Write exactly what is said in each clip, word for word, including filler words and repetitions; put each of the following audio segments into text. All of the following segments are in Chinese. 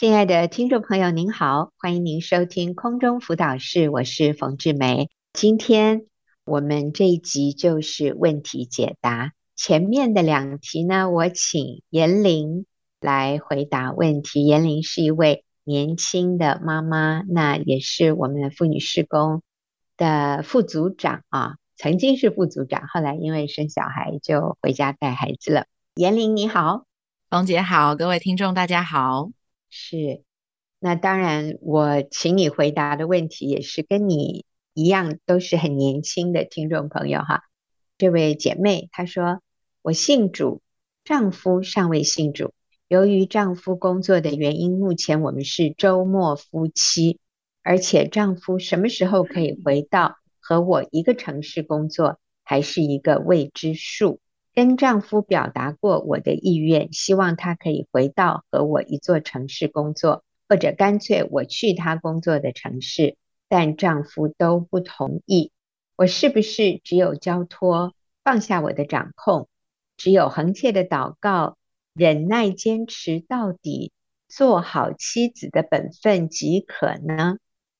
亲爱的听众朋友，您好，欢迎您收听空中辅导室，我是冯志梅。今天我们这一集就是问题解答，前面的两题呢，我请严玲来回答问题。严玲是一位年轻的妈妈，那也是我们的妇女事工的副组长啊，曾经是副组长，后来因为生小孩就回家带孩子了。严玲你好。 冯姐好，各位听众大家好。 是，那当然，我请你回答的问题也是跟你一样，都是很年轻的听众朋友哈。这位姐妹她说：“我信主，丈夫尚未信主。由于丈夫工作的原因，目前我们是周末夫妻，而且丈夫什么时候可以回到和我一个城市工作，还是一个未知数。”跟丈夫表达过我的意愿，希望他可以回到和我一座城市工作，或者干脆我去他工作的城市，但丈夫都不同意。我是不是只有交托，放下我的掌控，只有恒切的祷告，忍耐坚持到底，做好妻子的本分即可呢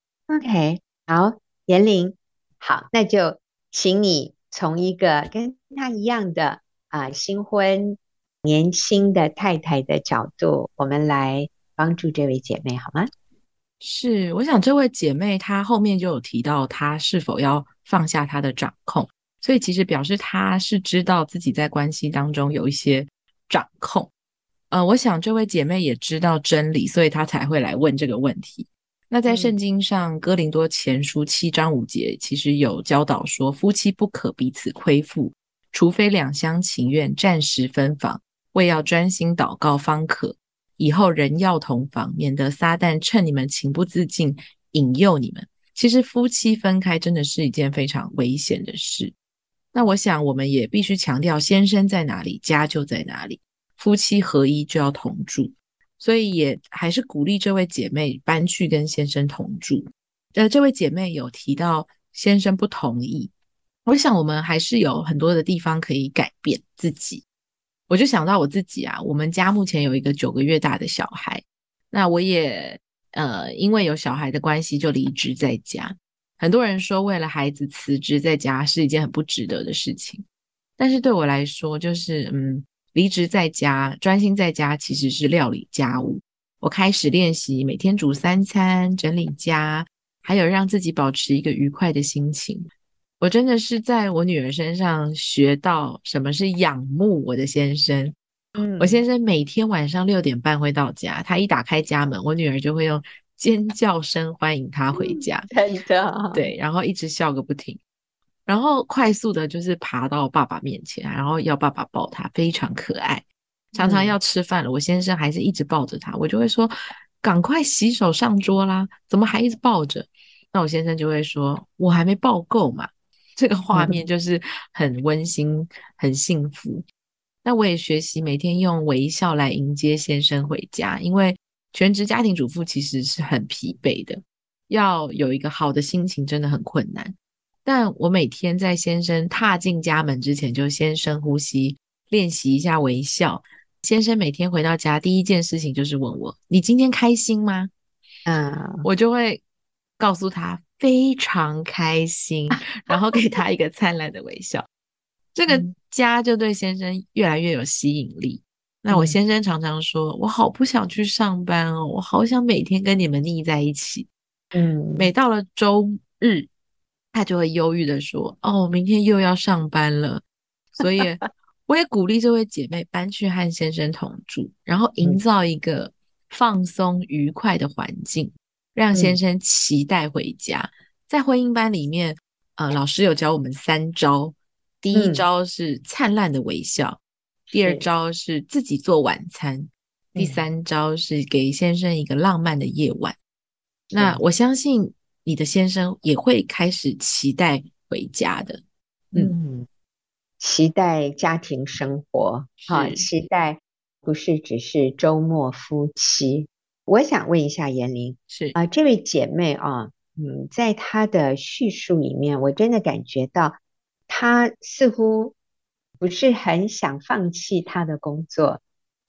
？OK，好，严玲，好，那就请你从一个跟他一样的啊、新婚年轻的太太的角度，我们来帮助这位姐妹好吗？ 是，我想这位姐妹她后面就有提到她是否要放下她的掌控，所以其实表示她是知道自己在关系当中有一些掌控。呃，我想这位姐妹也知道真理，所以她才会来问这个问题。那在嗯圣经上，哥林多前书七章五节其实有教导说，夫妻不可彼此亏负，除非两厢情愿，暂时分房，为要专心祷告方可。以后人要同房，免得撒旦趁你们情不自禁引诱你们。其实夫妻分开真的是一件非常危险的事。那我想我们也必须强调，先生在哪里，家就在哪里，夫妻合一就要同住。所以也还是鼓励这位姐妹搬去跟先生同住。呃，这位姐妹有提到先生不同意，我想我们还是有很多的地方可以改变自己。我就想到我自己啊，我们家目前有一个九个月大的小孩，那我也呃因为有小孩的关系就离职在家。很多人说为了孩子辞职在家是一件很不值得的事情，但是对我来说，就是嗯，离职在家，专心在家其实是料理家务。我开始练习每天煮三餐，整理家，还有让自己保持一个愉快的心情。我真的是在我女儿身上学到什么是仰慕我的先生。我嗯， 先生每天晚上六点半会到家，他一打开家门，我女儿就会用尖叫声欢迎他回家， 真的， 对，然后一直笑个不停，然后快速的就是爬到爸爸面前，然后要爸爸抱他，非常可爱。常常嗯， 要吃饭了，我先生还是一直抱着他，我就会说赶快洗手上桌啦，怎么还一直抱着？那我先生就会说我还没抱够嘛。这个画面就是很温馨很幸福。那我也学习每天用微笑来迎接先生回家，因为全职家庭主妇其实是很疲惫的，要有一个好的心情真的很困难。但我每天在先生踏进家门之前就先深呼吸，练习一下微笑。先生每天回到家第一件事情就是问我你今天开心吗？ 啊， 我就会告诉他非常开心，然后给他一个灿烂的微笑。这个嗯家就对先生越来越有吸引力。那我嗯先生常常说，我好不想去上班哦，我好想每天跟你们腻在一起。每嗯， 到了周日，他就会忧郁的说，哦，明天又要上班了。所以我也鼓励这位姐妹搬去和先生同住，然后营嗯造一个放松愉快的环境，让先嗯， 生期待回家。在婚姻班里面，呃，老师有教我们三招。第一嗯， 招是灿烂的微笑，第二是， 招是自己做晚餐，第嗯三招是给先生一个浪漫的夜晚。那是， 我相信你的先生也会开始期待回家的。嗯， 嗯。期待家庭生活，哈、 是期待不是只是周末夫妻。我想问一下严玲是， 啊、这位姐妹啊，嗯，在她的叙述里面，我真的感觉到她似乎不是很想放弃她的工作，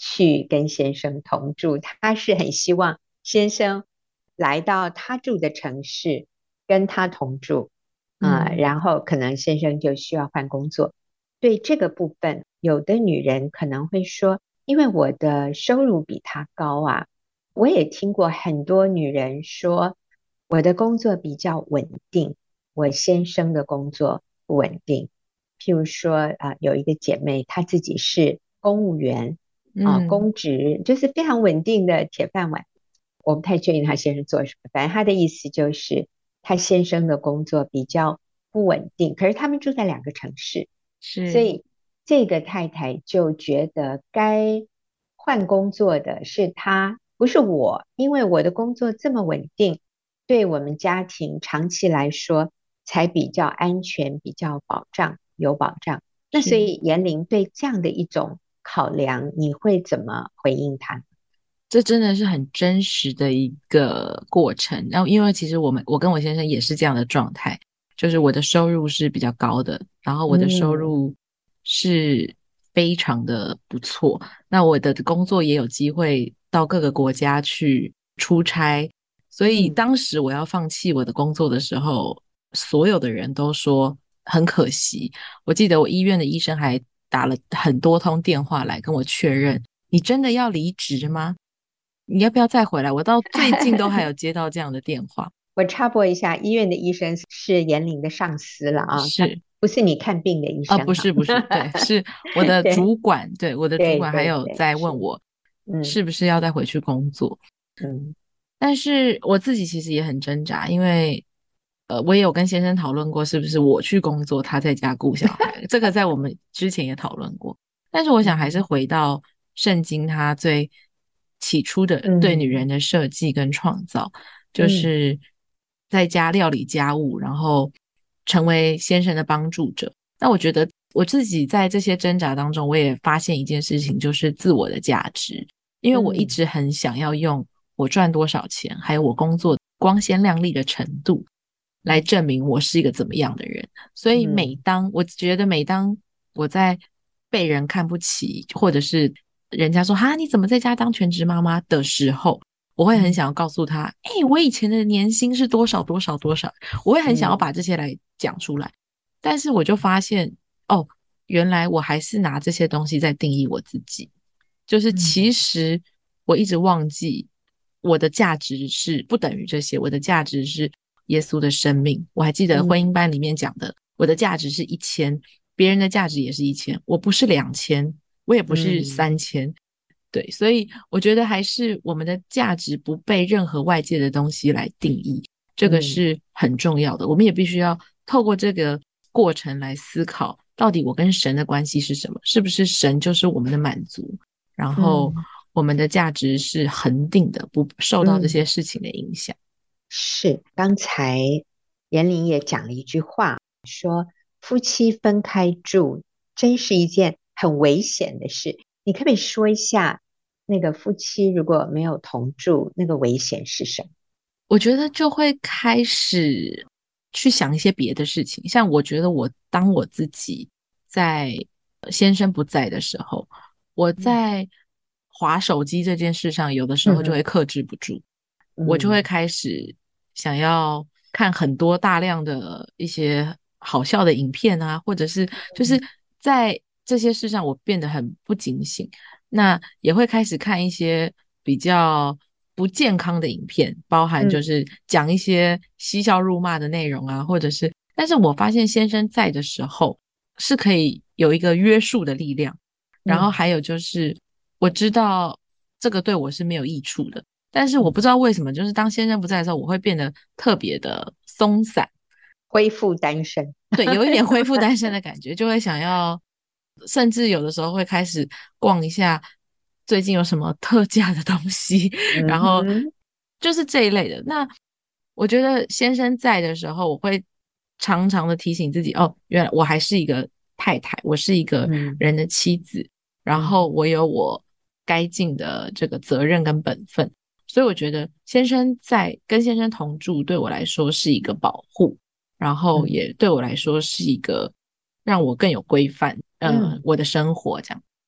去跟先生同住，他是很希望先生来到他住的城市跟他同住啊、呃嗯然后可能先生就需要换工作。对这个部分，有的女人可能会说，因为我的收入比他高啊。我也听过很多女人说，我的工作比较稳定，我先生的工作不稳定。譬如说啊、呃有一个姐妹，她自己是公务员啊、 嗯， 公职就是非常稳定的铁饭碗。我不太确定她先生做什么，反正她的意思就是她先生的工作比较不稳定，可是他们住在两个城市，所是以这个太太就觉得该换工作的是她，不是我，因为我的工作这么稳定，对我们家庭长期来说才比较安全，比较保障，有保障。那所是。 以严玲对这样的一种考量，你会怎么回应她？ 这真的是很真实的一个过程。然后，因为其实我们我跟我先生也是这样的状态，就是我的收入是比较高的，然后我的收嗯入是非常的不错。那我的工作也有机会到各个国家去出差，所以嗯当时我要放弃我的工作的时候，所有的人都说很可惜。我记得我医院的医生还打了很多通电话来跟我确认：你真的要离职吗？你要不要再回来？我到最近都还有接到这样的电话。 我插播一下，医院的医生是严玲的上司了啊，他是不是你看病的医啊， 生哈。 不是不是，对，是我的对主管，对，我的主对管还对对， 有在问是， 我嗯是不是要再回去工作。 嗯但是我自己其实也很挣扎，因为呃，我也有跟先生讨论过，是不是我去工作，他在家顾小孩，这个在我们之前也讨论过。但是我想还是嗯回到圣经，它最起初的对女人嗯的设计跟创造，就嗯是在家料理家务，然后成为先生的帮助者。那我觉得我自己在这些挣扎当中，我也发现一件事情，就是自我的价值。因为我一嗯直很想要用我赚多少钱，还有我工作光鲜亮丽的程度，来嗯证明我是一个怎么样的人。所以每嗯当我觉得每当我在被人看不起，或者是人家说哈你怎么在家当全职妈妈的时候，我会很嗯想要告诉他，哎、欸我以前的年薪是多少多少多少，我会很想要嗯把这些来讲出来。但是我就发现，哦，原来我还是拿这些东西在定义我自己。就是其嗯实我一直忘记我的价值是不等于这些，我的价值是耶稣的生命。我还记得婚姻嗯班里面讲的，我的价值是一千，别人的价值也是一千，我不是两千，我也不是嗯三千。对，所以我觉得还是我们的价值不被任何外界的东西来定义，这个嗯是很重要的。我们也必须要透过这个过程来思考，到底我跟神的关系是什么？是不是神就是我们的满足？然后嗯我们的价值是恒定的，不受到这嗯， 些事情的影响。 是。刚才严玲也讲了一句话，说夫妻分开住真是一件很危险的事。你可不可以说一下，那个夫妻如果没有同住，那个危险是什么？ 我觉得就会开始去想一些别的事情，像我觉得我当我自己在呃先生不在的时候，我嗯在滑手机这件事上，有的时候就会嗯克制不住，我就会嗯开始想要看很多大量的一些好笑的影片啊，或者是就是在这些事上我变得很不警醒。那也会开始看一些比较不健康的影片，包含就嗯是讲一些嬉笑怒骂的内容啊，或者是，但是我发现先生在的时候是可以有一个约束的力量，然后嗯还有就是我知道这个对我是没有益处的，但是我嗯， 不知道为什么，就是当先生不在的时候，我会变得特别的松散。 恢复单身。 对，有一点恢复单身的感觉，就会想要，甚至有的时候会开始逛一下最近有什么特价的东西，然后嗯哼就是这一类的。那我觉得先生在的时候，我会常常的提醒自己，哦，原来我还是一个太太，我是一个嗯人的妻子，然嗯后我有我该尽的这个责任跟本分。所以我觉得先生在跟先生同住对我来说是一个保护。然后嗯也对我来说是一个让我更有规范，呃， 嗯。 我的生活这样。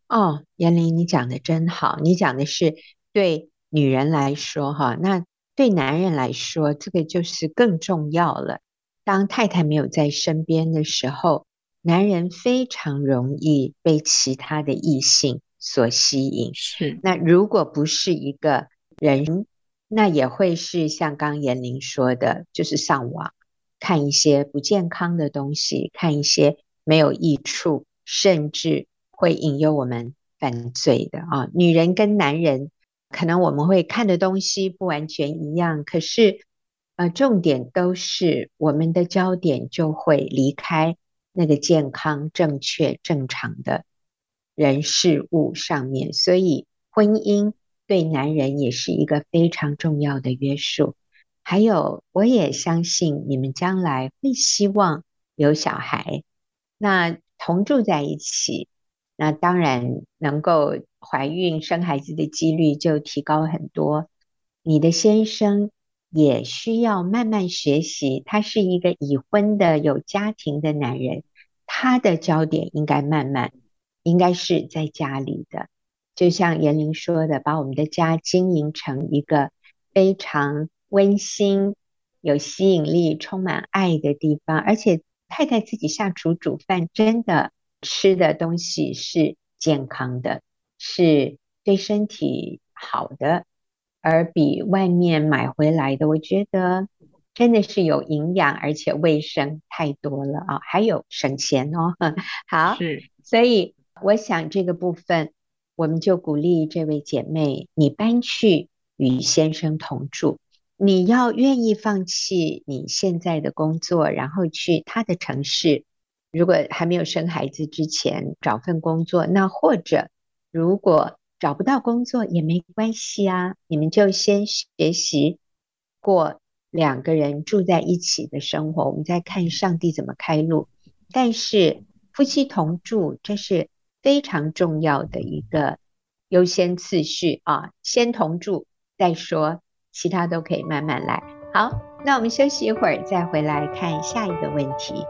哦，严玲，你讲的真好，你讲的是对女人来说哈，那对男人来说，这个就是更重要了。当太太没有在身边的时候，男人非常容易被其他的异性所吸引。 是那如果不是一个人，那也会是像刚严玲说的，就是上网看一些不健康的东西，看一些没有益处，甚至会引诱我们犯罪的啊。女人跟男人可能我们会看的东西不完全一样，可是呃，重点都是我们的焦点就会离开那个健康、正确、正常的人事物上面，所以婚姻对男人也是一个非常重要的约束。还有，我也相信你们将来会希望有小孩，那同住在一起，那当然能够怀孕生孩子的几率就提高很多。你的先生也需要慢慢学习，他是一个已婚的有家庭的男人，他的焦点应该慢慢应该是在家里的。就像严玲说的，把我们的家经营成一个非常温馨、有吸引力、充满爱的地方，而且太太自己下厨煮饭，真的吃的东西是健康的，是对身体好的，而比外面买回来的，我觉得真的是有营养，而且卫生太多了啊，还有省钱哦。好， 是。 所以我想这个部分，我们就鼓励这位姐妹，你搬去与先生同住，你要愿意放弃你现在的工作，然后去他的城市。如果还没有生孩子之前找份工作，那或者如果找不到工作也没关系啊，你们就先学习过两个人住在一起的生活，我们再看上帝怎么开路。但是夫妻同住，这是非常重要的一个优先次序啊，先同住再说，其他都可以慢慢来。好，那我们休息一会儿，再回来看下一个问题。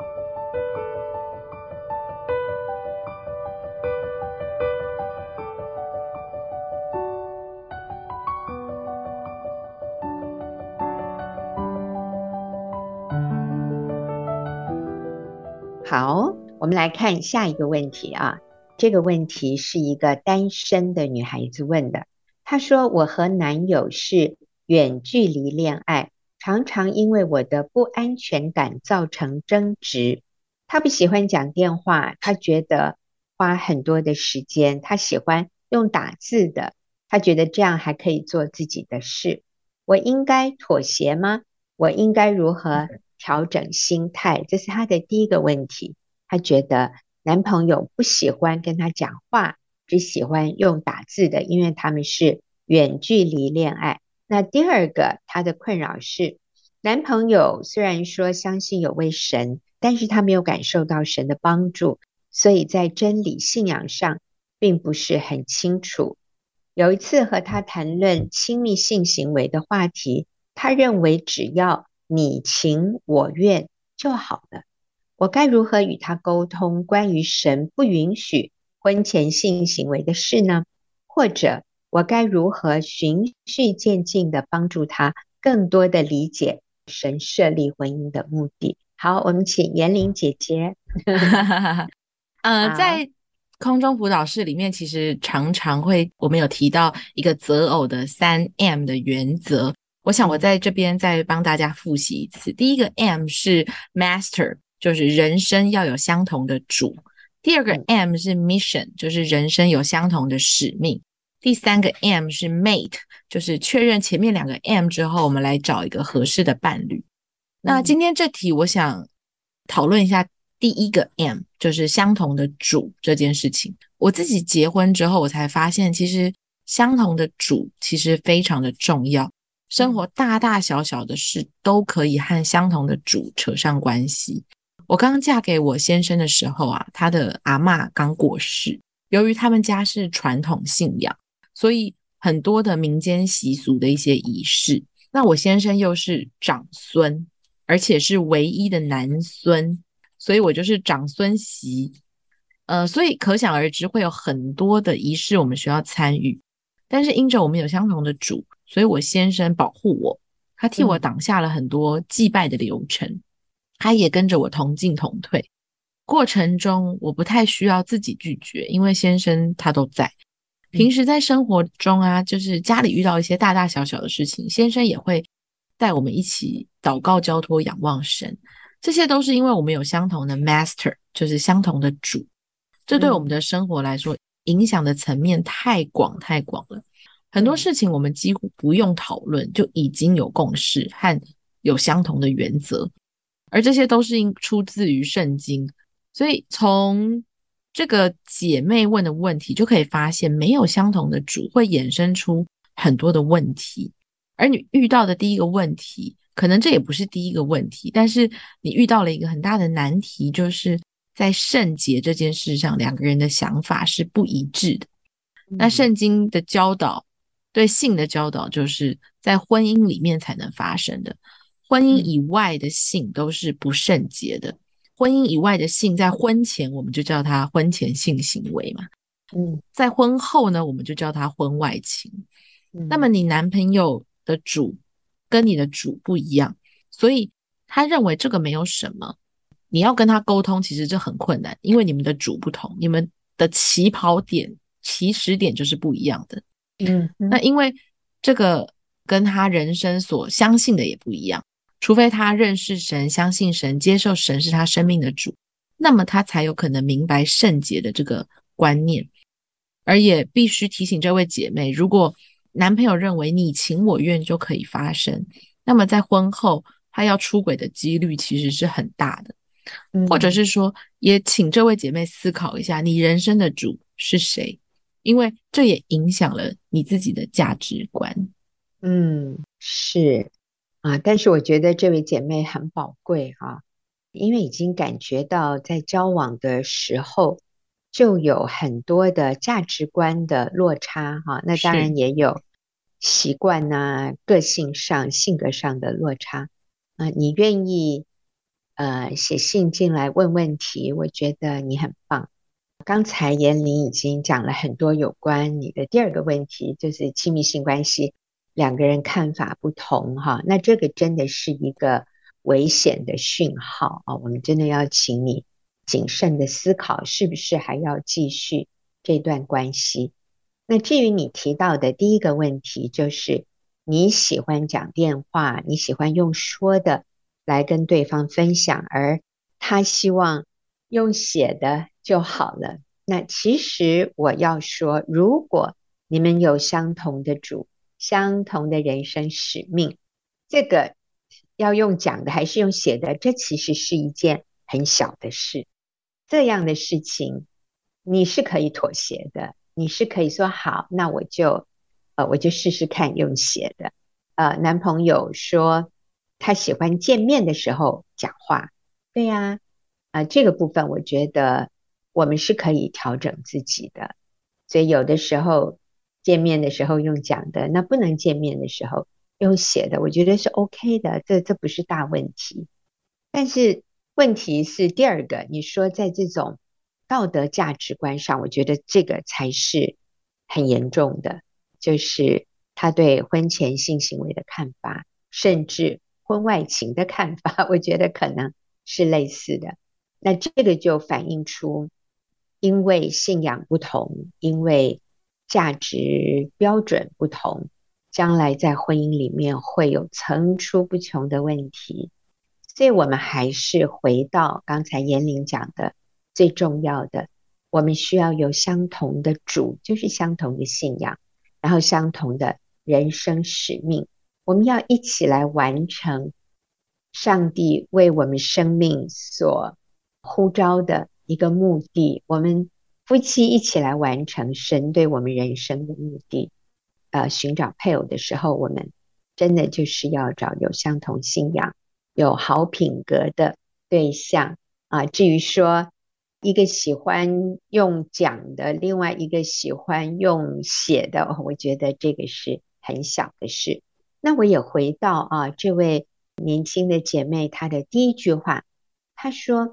好，我们来看下一个问题啊。这个问题是一个单身的女孩子问的。她说：“我和男友是远距离恋爱，常常因为我的不安全感造成争执。他不喜欢讲电话，他觉得花很多的时间，他喜欢用打字的，他觉得这样还可以做自己的事。我应该妥协吗？我应该如何调整心态？这是他的第一个问题。他觉得男朋友不喜欢跟他讲话，只喜欢用打字的，因为他们是远距离恋爱。那第二个，他的困扰是，男朋友虽然说相信有位神，但是他没有感受到神的帮助，所以在真理信仰上并不是很清楚。有一次和他谈论亲密性行为的话题，他认为只要你情我愿就好了。我该如何与他沟通关于神不允许婚前性行为的事呢？或者我该如何循序渐进的帮助他更多的理解神设立婚姻的目的？好，我们请严玲姐姐。 呃， 好， 在空中辅导室里面，其实常常会我们有提到一个择偶的三 M 的原则。我想我嗯在这边再帮大家复习一次。第一个 M 是 Master，就是人生要有相同的主。第二个嗯 M 是 Mission，就是人生有相同的使命。第三个 M 是 Mate，就是确认前面两个 M 之后，我们来找一个合适的伴侣。那嗯今天这题，我想讨论一下第一个 M，就是相同的主这件事情。我自己结婚之后，我才发现，其实相同的主其实非常的重要。生嗯活大大小小的事都可以和相同的主扯上关系。我刚刚嫁给我先生的时候啊，他的阿嬷刚过世，由于他们家是传统信仰，所以很多的民间习俗的一些仪式。那我先生又是长孙，而且是唯一的男孙，所以我就是长孙媳。 呃，所以可想而知会有很多的仪式我们需要参与，但是因着我们有相同的主，所以我先生保护我，他替我嗯挡下了很多祭拜的流程，他也跟着我同进同退。过程中我不太需要自己拒绝，因为先生他都在。平嗯时在生活中啊，就是家里遇到一些大大小小的事情，先生也会带我们一起祷告、交托、仰望神。这些都是因为我们有相同的 master，就是相同的主。这对我们嗯的生活来说，影响的层面太广太广了。很多对， 事情我们几乎不用讨论，就已经有共识和有相同的原则，而这些都是因出自于圣经。所以从这个姐妹问的问题就可以发现，没有相同的主会衍生出很多的问题。而你遇到的第一个问题，可能这也不是第一个问题，但是你遇到了一个很大的难题，就是在圣洁这件事上，两个人的想法是不一致的。那嗯圣经的教导，对性的教导，就是在婚姻里面才能发生的，婚姻嗯以外的性都是不圣洁的。婚姻以外的性，在婚前我们就叫它婚前性行为嘛， 嗯在婚后呢，我们就叫它婚外情。那么嗯你男朋友的主跟你的主不一样，所以他认为这个没有什么，你要跟他沟通，其实这很困难，因为你们的主不同，你们的起跑点、起始点就是不一样的。 嗯嗯那因为这个跟他人生所相信的也不一样，除非他认识神、相信神、接受神是他生命的主，那么他才有可能明白圣洁的这个观念。而也必须提醒这位姐妹，如果男朋友认为你情我愿就可以发生，那么在婚后他要出轨的几率其实是很大的。或者嗯是说，也请这位姐妹思考一下，你人生的主是谁？因为这也影响了你自己的价值观。 嗯，是啊，但是我觉得这位姐妹很宝贵哈，因为已经感觉到在交往的时候就有很多的价值观的落差哈，那当是， 然也有习惯呐、个性上、性格上的落差啊。你愿意呃写信进来问问题，我觉得你很棒。刚才严玲已经讲了很多有关你的第二个问题，就是亲密性关系，两个人看法不同哈，那这个真的是一个危险的讯号啊，我们真的要请你谨慎的思考，是不是还要继续这段关系。那至于你提到的第一个问题，就是你喜欢讲电话，你喜欢用说的来跟对方分享，而他希望用写的就好了。那其实我要说，如果你们有相同的主，相同的人生使命，这个要用讲的还是用写的，这其实是一件很小的事。这样的事情你是可以妥协的，你是可以说好，那我就呃我就试试看用写的。呃，男朋友说他喜欢见面的时候讲话，对呀，啊、呃这个部分我觉得我们是可以调整自己的，所以有的时候见面的时候用讲的，那不能见面的时候用写的，我觉得是 OK 的，这这不是大问题。但是问题是第二个，你说在这种道德价值观上，我觉得这个才是很严重的，就是他对婚前性行为的看法，甚至婚外情的看法，我觉得可能是类似的。那这个就反映出，因为信仰不同，因为价值标准不同，将来在婚姻里面会有层出不穷的问题。所以我们还是回到刚才严玲讲的最重要的，我们需要有相同的主，就是相同的信仰，然后相同的人生使命，我们要一起来完成上帝为我们生命所呼召的一个目的，我们夫妻一起来完成神对我们人生的目的。呃，寻找配偶的时候，我们真的就是要找有相同信仰、有好品格的对象啊。至于说一个喜欢用讲的，另外一个喜欢用写的，我觉得这个是很小的事。那我也回到啊，这位年轻的姐妹她的第一句话，她说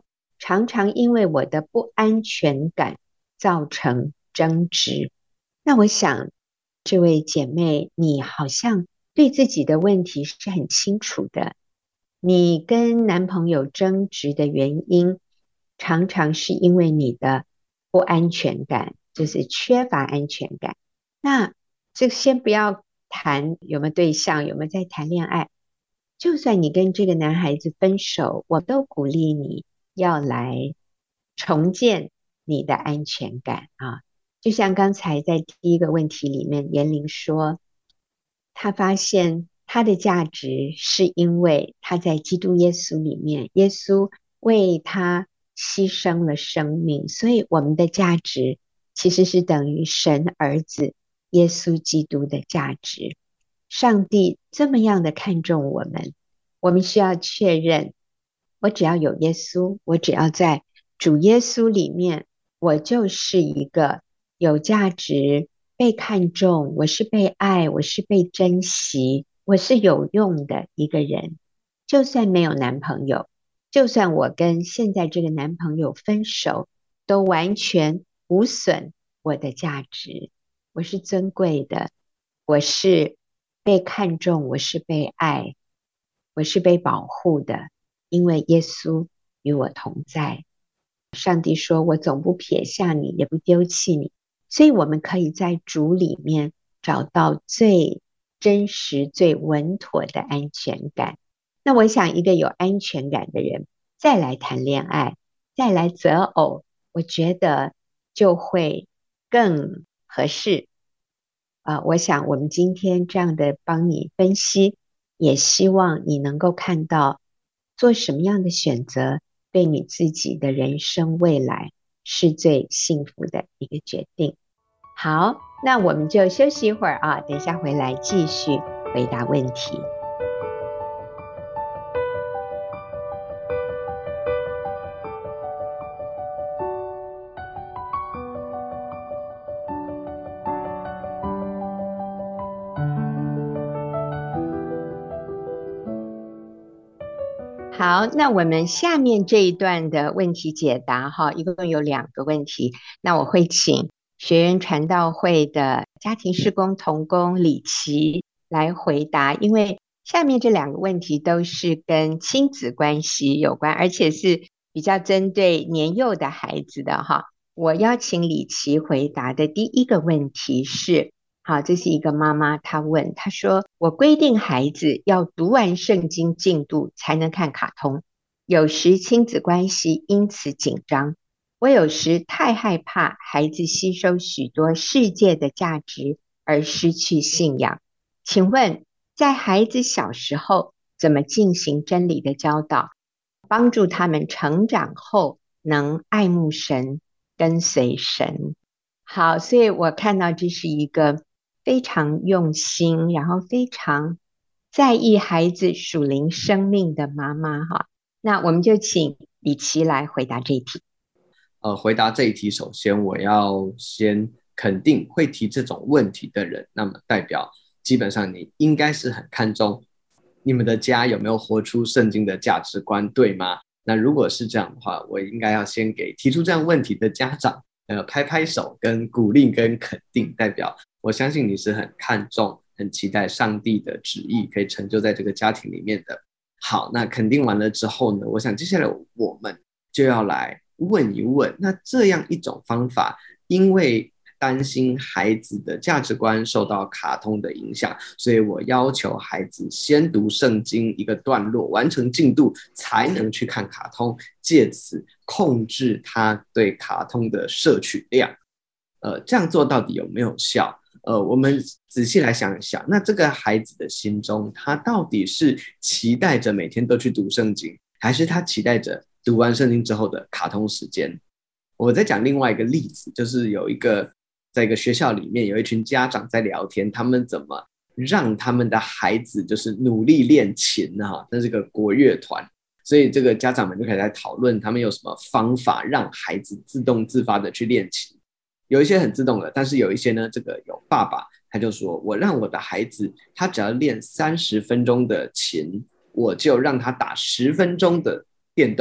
常常因为我的不安全感造成争执。那我想这位姐妹，你好像对自己的问题是很清楚的，你跟男朋友争执的原因常常是因为你的不安全感，就是缺乏安全感。那这先不要谈有没有对象，有没有在谈恋爱，就算你跟这个男孩子分手，我都鼓励你要来重建你的安全感啊。就像刚才在第一个问题里面，严玲说，她发现她的价值是因为她在基督耶稣里面，耶稣为她牺牲了生命，所以我们的价值其实是等于神儿子耶稣基督的价值。上帝这么样的看重我们，我们需要确认，我只要有耶稣，我只要在主耶稣里面，我就是一个有价值、被看重，我是被爱，我是被珍惜，我是有用的一个人。就算没有男朋友，就算我跟现在这个男朋友分手，都完全无损我的价值。我是尊贵的，我是被看重，我是被爱，我是被保护的，因为耶稣与我同在。上帝说，我总不撇下你，也不丢弃你。所以我们可以在主里面找到最真实、最稳妥的安全感。那我想，一个有安全感的人再来谈恋爱，再来择偶，我觉得就会更合适。啊、呃，我想我们今天这样的帮你分析，也希望你能够看到做什么样的选择，对你自己的人生未来是最幸福的一个决定。好，那我们就休息一会儿啊，等一下回来继续回答问题。好，那我们下面这一段的问题解答哈，一共有两个问题，那我会请学员传道会的家庭事工同工李琦来回答，因为下面这两个问题都是跟亲子关系有关，而且是比较针对年幼的孩子的哈。我邀请李琦回答的第一个问题是，好，这是一个妈妈，她问，她说，我规定孩子要读完圣经进度才能看卡通，有时亲子关系因此紧张，我有时太害怕孩子吸收许多世界的价值而失去信仰。请问，在孩子小时候怎么进行真理的教导，帮助他们成长后能爱慕神，跟随神？好，所以我看到这是一个非常用心，然后非常在意孩子属灵生命的妈妈哈。那我们就请李琦来回答这一题。 呃，回答这一题，首先我要先肯定会提这种问题的人，那么代表基本上你应该是很看重你们的家有没有活出圣经的价值观，对吗？那如果是这样的话，我应该要先给提出这样问题的家长呃拍拍手跟鼓励跟肯定，代表我相信你是很看重很期待上帝的旨意可以成就在这个家庭里面的。好，那肯定完了之后呢，我想接下来我们就要来问一问，那这样一种方法，因为担心孩子的价值观受到卡通的影响，所以我要求孩子先读圣经一个段落，完成进度才能去看卡通，借此控制他对卡通的摄取量。呃，这样做到底有没有效？呃，我们仔细来想一想，那这个孩子的心中，他到底是期待着每天都去读圣经，还是他期待着读完圣经之后的卡通时间？我再讲另外一个例子，就是有一个在一个学校里面有一群家长在聊天，他们怎么让他们的孩子就是努力练琴哈，那是个国乐团，所以这个家长们就开始在讨论他们有什么方法让孩子自动自发的去练琴。有一些很自动的，但是有一些呢，这个有爸爸他就说，我让我的孩子他只要练三十分钟的琴，我就让他打十分钟的电动，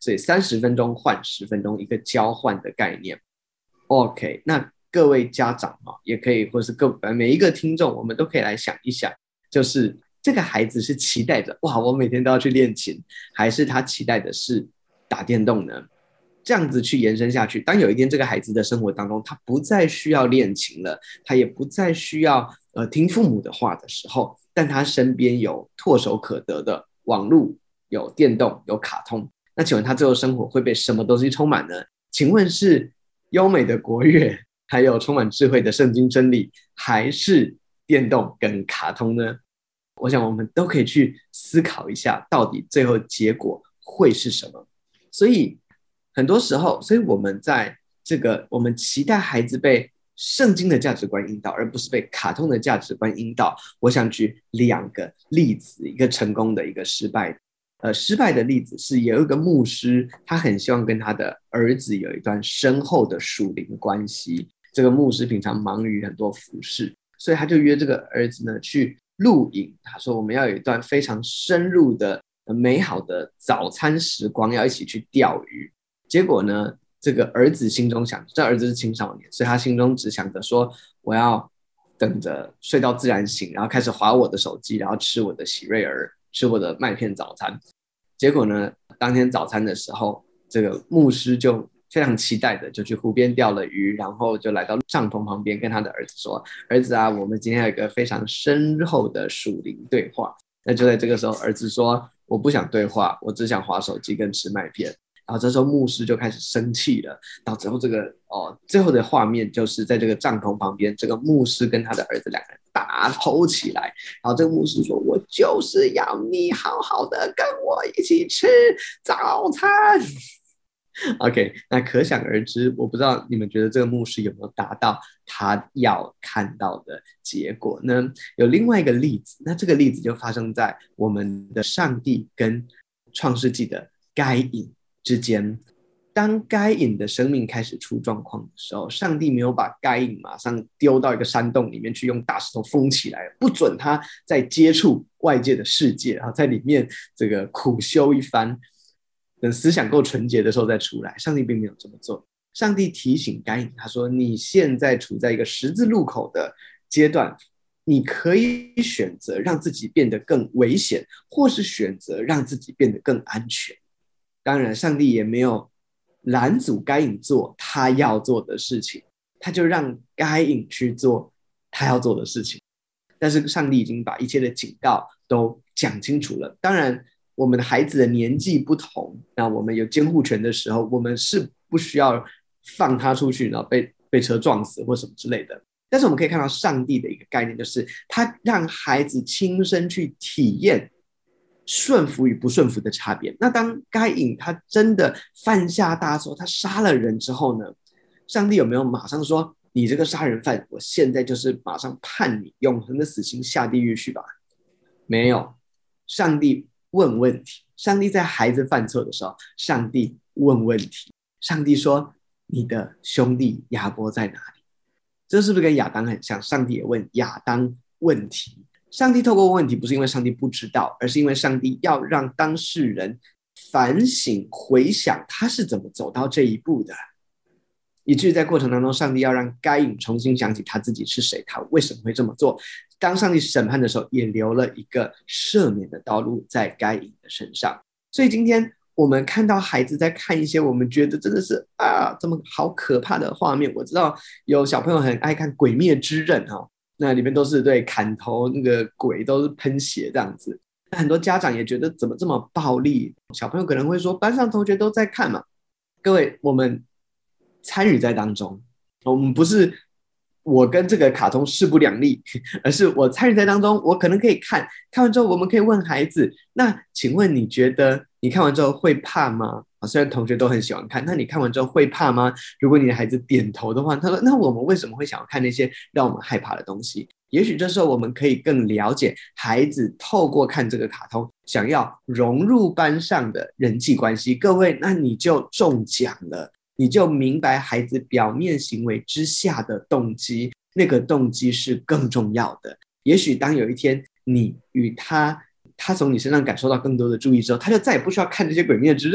所以三十分钟换十分钟，一个交换的概念。OK， 那各位家长也可以，或是各每一个听众，我们都可以来想一想，就是这个孩子是期待着哇，我每天都要去练琴，还是他期待的是打电动呢？这样子去延伸下去，当有一天这个孩子的生活当中，他不再需要练琴了，他也不再需要呃听父母的话的时候，但他身边有唾手可得的网络、有电动、有卡通，那请问他最后生活会被什么东西充满呢？请问是优美的国乐，还有充满智慧的圣经真理，还是电动跟卡通呢？我想我们都可以去思考一下，到底最后结果会是什么。所以很多时候，所以我们在这个我们期待孩子被圣经的价值观引导，而不是被卡通的价值观引导。我想举两个例子，一个成功的，一个失败的。呃，失败的例子是有一个牧师，他很希望跟他的儿子有一段深厚的属灵关系。这个牧师平常忙于很多服事，所以他就约这个儿子呢去露营。他说我们要有一段非常深入的美好的早餐时光，要一起去钓鱼。结果呢，这个儿子心中想，这儿子是青少年，所以他心中只想着说，我要等着睡到自然醒，然后开始滑我的手机，然后吃我的喜瑞儿，吃我的麦片早餐。结果呢，当天早餐的时候，这个牧师就非常期待的就去湖边钓了鱼，然后就来到帐篷旁边跟他的儿子说，儿子啊，我们今天有一个非常深厚的属灵对话。那就在这个时候，儿子说，我不想对话，我只想滑手机跟吃麦片。然后这时候牧师就开始生气了，到最后这个哦，最后的画面就是在这个帐篷旁边，这个牧师跟他的儿子两个人打吼起来。然后这个牧师说，我就是要你好好的跟我一起吃早餐。OK， 那可想而知，我不知道你们觉得这个牧师有没有达到他要看到的结果呢？有另外一个例子，那这个例子就发生在我们的上帝跟创世纪的该隐之间。当该隐的生命开始出状况的时候，上帝没有把该隐马上丢到一个山洞里面去，用大石头封起来，不准他再接触外界的世界，然后在里面这个苦修一番，等思想够纯洁的时候再出来。上帝并没有这么做。上帝提醒该隐，他说，你现在处在一个十字路口的阶段，你可以选择让自己变得更危险，或是选择让自己变得更安全。当然上帝也没有拦阻该隐做他要做的事情，他就让该隐去做他要做的事情。但是上帝已经把一切的警告都讲清楚了。当然我们的孩子的年纪不同，那我们有监护权的时候，我们是不需要放他出去然后 被, 被车撞死或什么之类的。但是我们可以看到上帝的一个概念，就是他让孩子亲身去体验顺服与不顺服的差别。那当该隐他真的犯下大错，他杀了人之后呢，上帝有没有马上说，你这个杀人犯，我现在就是马上判你永恒的死刑，下地狱去吧？没有。上帝问问题，上帝在孩子犯错的时候，上帝问问题。上帝说，你的兄弟亚伯在哪里？这是不是跟亚当很像？上帝也问亚当问题。上帝透过问题，不是因为上帝不知道，而是因为上帝要让当事人反省回想他是怎么走到这一步的，以至于在过程当中，上帝要让该隐重新想起他自己是谁，他为什么会这么做。当上帝审判的时候，也留了一个赦免的道路在该隐的身上。所以今天我们看到孩子在看一些我们觉得真的是啊这么好可怕的画面。我知道有小朋友很爱看《鬼灭之刃》哦，那里面都是对砍头，那个鬼都是喷血这样子。那很多家长也觉得怎么这么暴力，小朋友可能会说班上同学都在看嘛。各位，我们参与在当中，我们不是我跟这个卡通势不两立，而是我参与在当中，我可能可以看，看完之后我们可以问孩子，那请问你觉得你看完之后会怕吗？虽然同学都很喜欢看，那你看完之后会怕吗？如果你的孩子点头的话，他说那我们为什么会想要看那些让我们害怕的东西？也许这时候我们可以更了解孩子透过看这个卡通想要融入班上的人际关系。各位，那你就中奖了，你就明白孩子表面行为之下的动机，那个动机是更重要的。也许当有一天你与他他从你身上感受到更多的注意之后，他就再也不需要看这些鬼灭之刃了。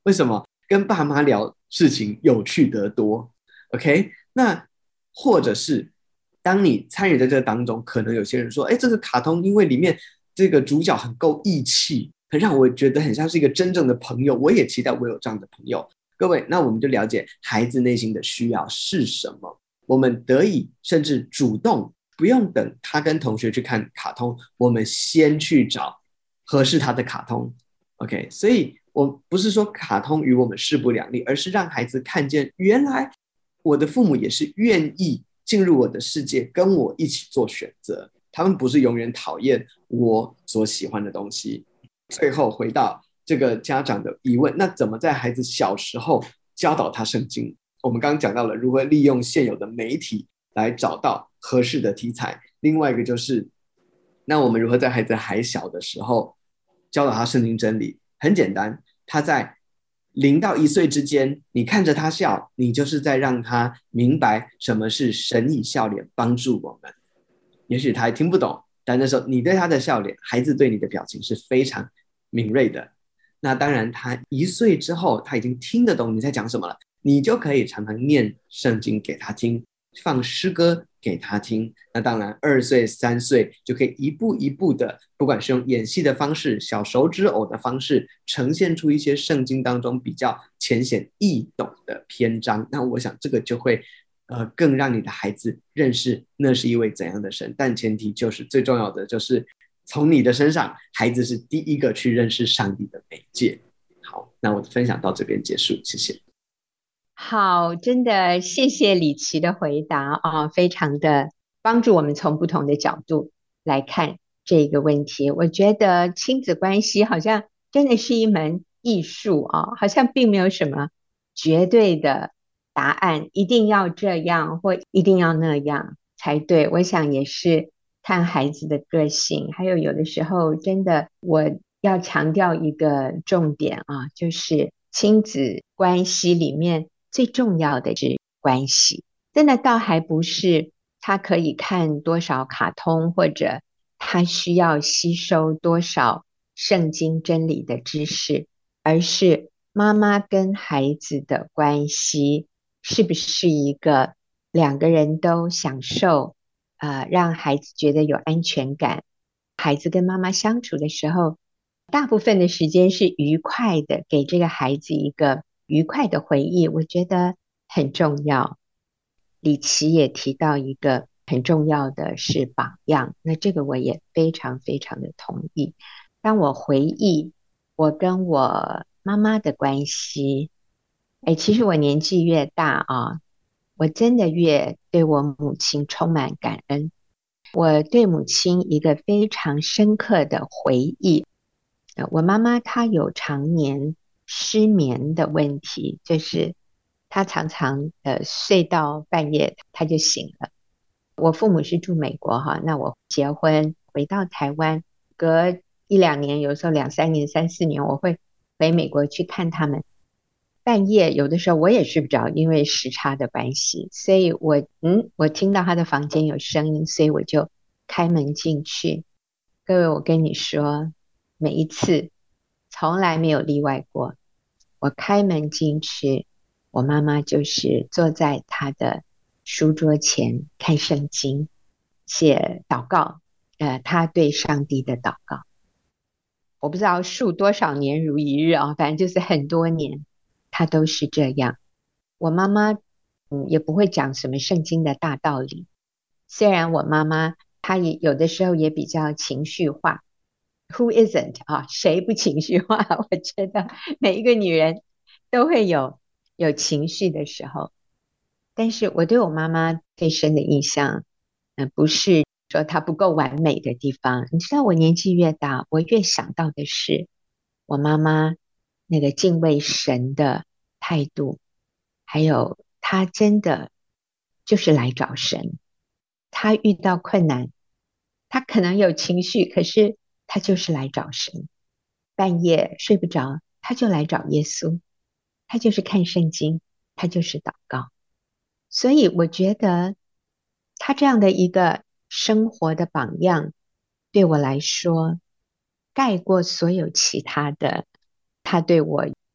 为什么？跟爸妈聊事情有趣得多。OK， 那或者是当你参与在这当中，可能有些人说，哎，这个卡通因为里面这个主角很够义气，很让我觉得很像是一个真正的朋友，我也期待我有这样的朋友。各位，那我们就了解孩子内心的需要是什么，我们得以甚至主动，不用等他跟同学去看卡通，我们先去找合适他的卡通。 OK， 所以我不是说卡通与我们势不两立，而是让孩子看见原来我的父母也是愿意进入我的世界，跟我一起做选择，他们不是永远讨厌我所喜欢的东西。最后回到这个家长的疑问，那怎么在孩子小时候教导他圣经？我们刚刚讲到了如何利用现有的媒体来找到合适的题材，另外一个就是那我们如何在孩子还小的时候教导他圣经真理？很简单，他在零到一岁之间，你看着他笑，你就是在让他明白什么是神以笑脸帮助我们。也许他还听不懂，但那时候你对他的笑脸，孩子对你的表情是非常敏锐的。那当然他一岁之后，他已经听得懂你在讲什么了，你就可以常常念圣经给他听，放诗歌给他听。那当然二岁三岁就可以一步一步的，不管是用演戏的方式，小手指偶的方式，呈现出一些圣经当中比较浅显易懂的篇章。那我想这个就会呃，更让你的孩子认识那是一位怎样的神。但前提就是最重要的就是从你的身上，孩子是第一个去认识上帝的媒介。好，那我的分享到这边结束，谢谢。 好，真的谢谢李琦的回答啊，非常的帮助我们从不同的角度来看这个问题。我觉得亲子关系好像真的是一门艺术啊，好像并没有什么绝对的答案，一定要这样或一定要那样才对。我想也是看孩子的个性，还有有的时候真的我要强调一个重点啊，就是亲子关系里面最重要的是关系，真的倒还不是他可以看多少卡通，或者他需要吸收多少圣经真理的知识，而是妈妈跟孩子的关系是不是一个两个人都享受呃，让孩子觉得有安全感，孩子跟妈妈相处的时候大部分的时间是愉快的，给这个孩子一个愉快的回忆，我觉得很重要。李琦也提到一个很重要的是榜样，那这个我也非常非常的同意。当我回忆我跟我妈妈的关系，哎，其实我年纪越大啊，我真的越对我母亲充满感恩。我对母亲一个非常深刻的回忆，我妈妈她有常年失眠的问题，就是她常常呃睡到半夜她就醒了。我父母是住美国哈，那我结婚回到台湾，隔一两年，有时候两三年、三四年，我会回美国去看他们。半夜有的时候我也睡不着，因为时差的关系，所以我嗯，我听到他的房间有声音，所以我就开门进去。各位，我跟你说，每一次从来没有例外过。我开门进去，我妈妈就是坐在她的书桌前看圣经，写祷告，呃，她对上帝的祷告。我不知道数多少年如一日啊，反正就是很多年，她都是这样。我妈妈嗯也不会讲什么圣经的大道理，虽然我妈妈她也有的时候也比较情绪化。Who isn't 啊？谁不情绪化？我觉得每一个女人都会有有情绪的时候。但是我对我妈妈最深的印象，嗯、呃，不是说她不够完美的地方。你知道，我年纪越大，我越想到的是我妈妈那个敬畏神的态度，还有她真的就是来找神。她遇到困难，她可能有情绪，可是她就是来找神。半夜睡不着，她就来找耶稣，她就是看圣经，她就是祷告。所以我觉得他这样的一个生活的榜样，对我来说盖过所有其他的他对我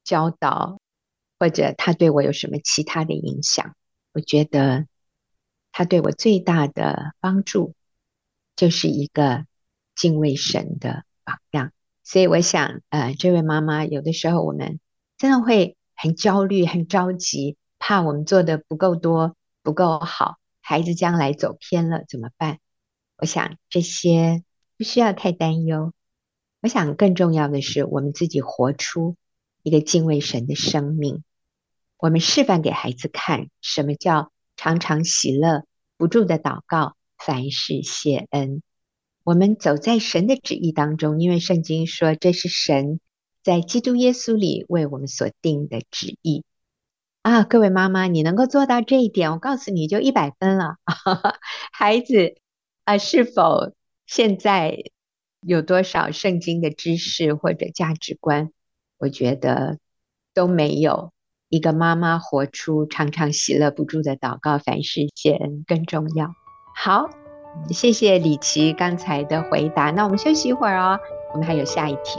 教导，或者他对我有什么其他的影响。我觉得他对我最大的帮助就是一个敬畏神的榜样。所以我想呃，这位妈妈有的时候我们真的会很焦虑很着急，怕我们做的不够多不够好，孩子将来走偏了怎么办？我想这些不需要太担忧。我想更重要的是我们自己活出一个敬畏神的生命，我们示范给孩子看什么叫常常喜乐，不住的祷告，凡事谢恩。我们走在神的旨意当中，因为圣经说这是神在基督耶稣里为我们所定的旨意啊！各位妈妈，你能够做到这一点，我告诉你就一百分了。孩子啊，是否现在有多少圣经的知识或者价值观，我觉得都没有一个妈妈活出常常喜乐不住的祷告，凡事谢恩更重要。好，谢谢李琦刚才的回答，那我们休息一会儿哦，我们还有下一题。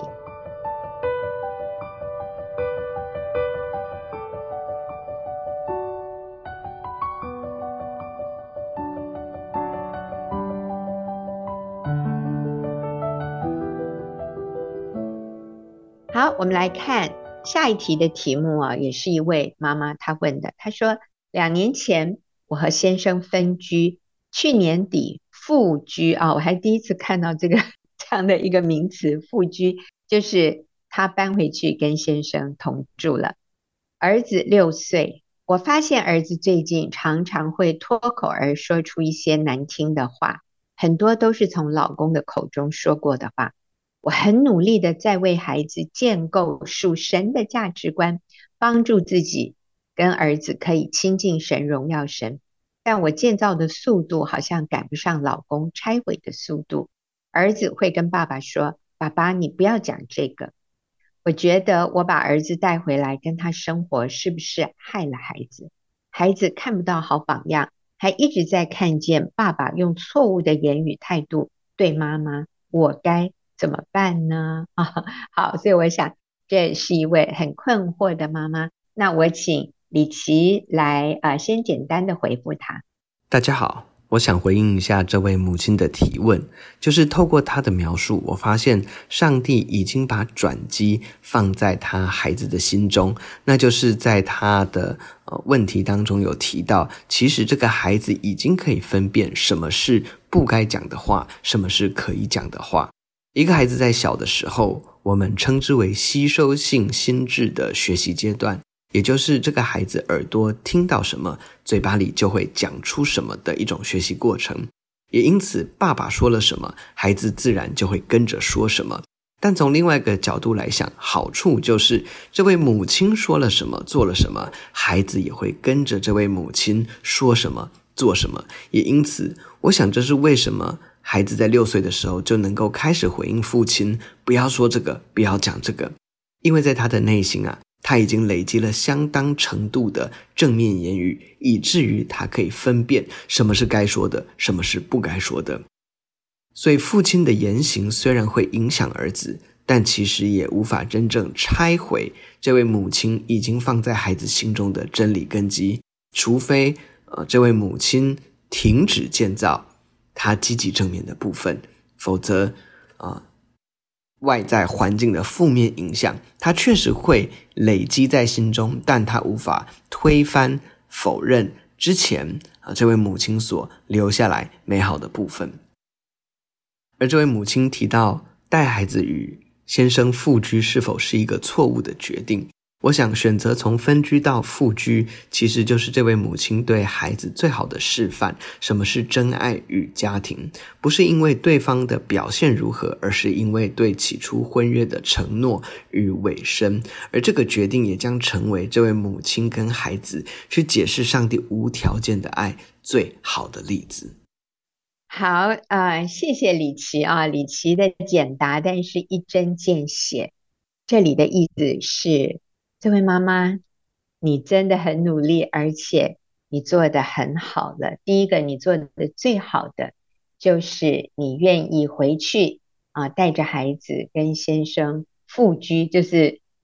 好，我们来看下一题的题目啊，也是一位妈妈她问的。她说，两年前我和先生分居，去年底复居啊，我还第一次看到这个这样的一个名词，复居就是她搬回去跟先生同住了。儿子六岁，我发现儿子最近常常会脱口而说出一些难听的话，很多都是从老公的口中说过的话。我很努力的在为孩子建构属神的价值观，帮助自己跟儿子可以亲近神荣耀神，但我建造的速度好像赶不上老公拆毁的速度。儿子会跟爸爸说，爸爸你不要讲这个。我觉得我把儿子带回来跟他生活，是不是害了孩子？孩子看不到好榜样，还一直在看见爸爸用错误的言语态度对妈妈，我该怎么办呢？啊，好，所以我想这是一位很困惑的妈妈。那我请李琦来呃，先简单的回复她。 大家好，我想回应一下这位母亲的提问，就是透过她的描述，我发现上帝已经把转机放在她孩子的心中，那就是在她的呃问题当中有提到，其实这个孩子已经可以分辨什么是不该讲的话，什么是可以讲的话。一个孩子在小的时候，我们称之为吸收性心智的学习阶段，也就是这个孩子耳朵听到什么，嘴巴里就会讲出什么的一种学习过程。也因此，爸爸说了什么，孩子自然就会跟着说什么。但从另外一个角度来想，好处就是这位母亲说了什么，做了什么，孩子也会跟着这位母亲说什么，做什么。也因此，我想这是为什么孩子在六岁的时候就能够开始回应父亲，不要说这个，不要讲这个，因为在他的内心啊，他已经累积了相当程度的正面言语，以至于他可以分辨什么是该说的，什么是不该说的。所以父亲的言行虽然会影响儿子，但其实也无法真正拆毁这位母亲已经放在孩子心中的真理根基，除非呃，这位母亲停止建造他积极正面的部分，否则呃，外在环境的负面影响他确实会累积在心中，但他无法推翻否认之前、呃、这位母亲所留下来美好的部分。而这位母亲提到带孩子与先生复居是否是一个错误的决定，我想选择从分居到复居，其实就是这位母亲对孩子最好的示范，什么是真爱与家庭，不是因为对方的表现如何，而是因为对起初婚约的承诺与委身。而这个决定也将成为这位母亲跟孩子去解释上帝无条件的爱最好的例子。 好，呃，谢谢李琦啊，李琦的简答，但是一针见血。这里的意思是，这位妈妈，你真的很努力，而且你做得很好了。第一个，你做的最好的就是你愿意回去啊，带着孩子跟先生复居，就是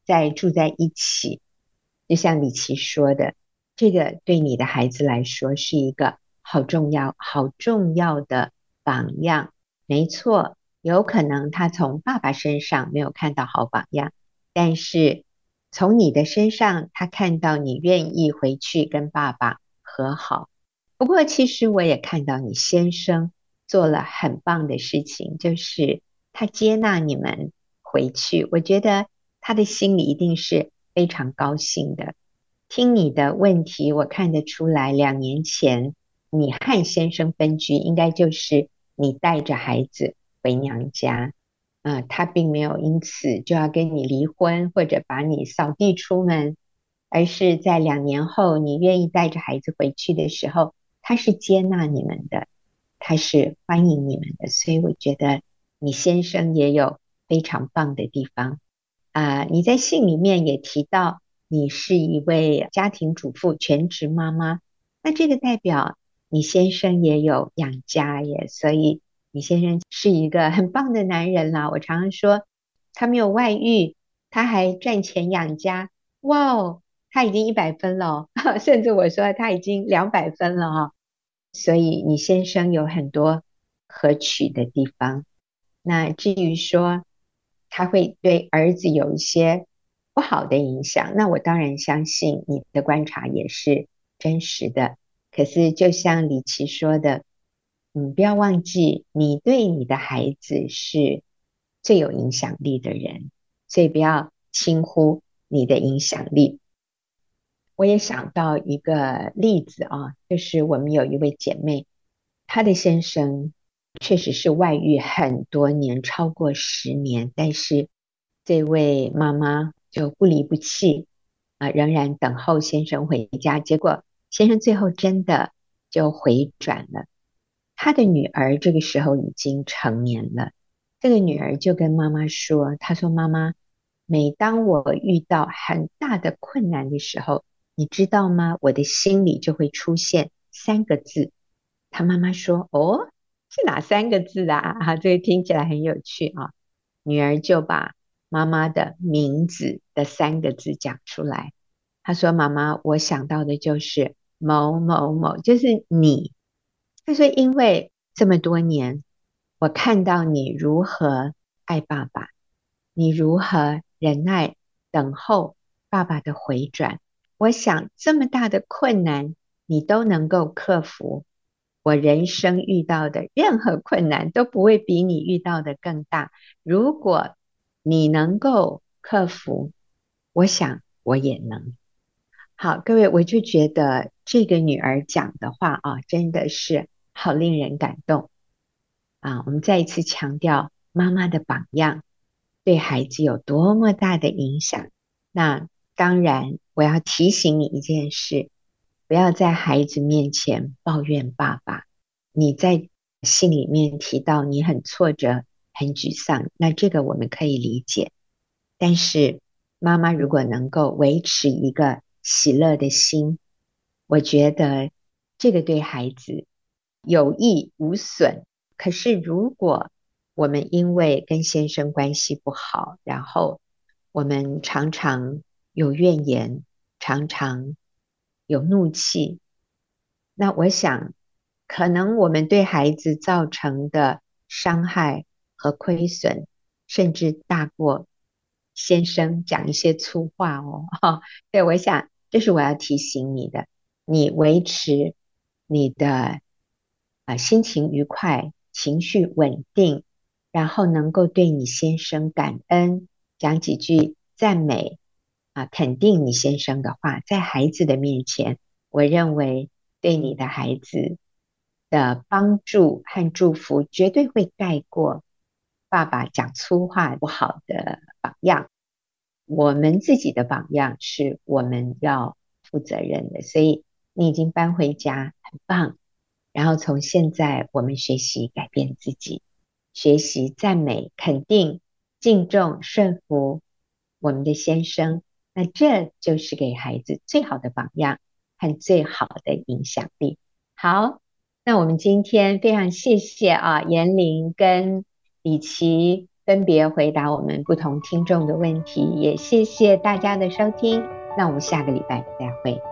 再住在一起，就像李琦说的，这个对你的孩子来说是一个好重要、好重要的榜样。没错，有可能他从爸爸身上没有看到好榜样，但是从你的身上，他看到你愿意回去跟爸爸和好。不过，其实我也看到你先生做了很棒的事情，就是他接纳你们回去。我觉得他的心里一定是非常高兴的。听你的问题，我看得出来，两年前你和先生分居，应该就是你带着孩子回娘家，呃，他并没有因此就要跟你离婚或者把你扫地出门，而是在两年后你愿意带着孩子回去的时候，他是接纳你们的，他是欢迎你们的，所以我觉得你先生也有非常棒的地方啊、呃你在信里面也提到你是一位家庭主妇、全职妈妈，那这个代表你先生也有养家耶，所以你先生是一个很棒的男人啦。我常常说他没有外遇，他还赚钱养家，哇哦，他已经一百分了哦甚至我说他已经两百分了哦。所以你先生有很多可取的地方。那至于说他会对儿子有一些不好的影响，那我当然相信你的观察也是真实的。可是就像李琦说的，嗯，不要忘记你对你的孩子是最有影响力的人，所以不要轻忽你的影响力。我也想到一个例子啊，就是我们有一位姐妹，她的先生确实是外遇很多年，超过十年，但是这位妈妈就不离不弃啊，仍然等候先生回家。结果先生最后真的就回转了。他的女儿这个时候已经成年了，这个女儿就跟妈妈说，她说妈妈，每当我遇到很大的困难的时候，你知道吗？我的心里就会出现三个字。他妈妈说：“哦，是哪三个字啊？”啊，这个听起来很有趣啊。女儿就把妈妈的名字的三个字讲出来。她说：“妈妈，我想到的就是某某某，就是你。”她说：“因为这么多年，我看到你如何爱爸爸，你如何忍耐等候爸爸的回转。”我想这么大的困难你都能够克服，我人生遇到的任何困难都不会比你遇到的更大。如果你能够克服，我想我也能。好，各位，我就觉得这个女儿讲的话啊，真的是好令人感动啊！我们再一次强调妈妈的榜样对孩子有多么大的影响。那当然，我要提醒你一件事，不要在孩子面前抱怨爸爸。你在信里面提到你很挫折、很沮丧，那这个我们可以理解。但是妈妈如果能够维持一个喜乐的心，我觉得这个对孩子有益无损。可是如果我们因为跟先生关系不好，然后我们常常有怨言，常常有怒气，那我想可能我们对孩子造成的伤害和亏损，甚至大过先生讲一些粗话哦。哈，对，我想这是我要提醒你的，你维持你的啊、心情愉快，情绪稳定，然后能够对你先生感恩，讲几句赞美啊、肯定你先生的话，在孩子的面前，我认为对你的孩子的帮助和祝福绝对会盖过爸爸讲粗话不好的榜样。我们自己的榜样是我们要负责任的，所以你已经搬回家，很棒。然后从现在我们学习改变自己，学习赞美、肯定、敬重、顺服我们的先生，那这就是给孩子最好的榜样和最好的影响力。好，那我们今天非常谢谢啊，严玲跟李琦分别回答我们不同听众的问题，也谢谢大家的收听。那我们下个礼拜再会。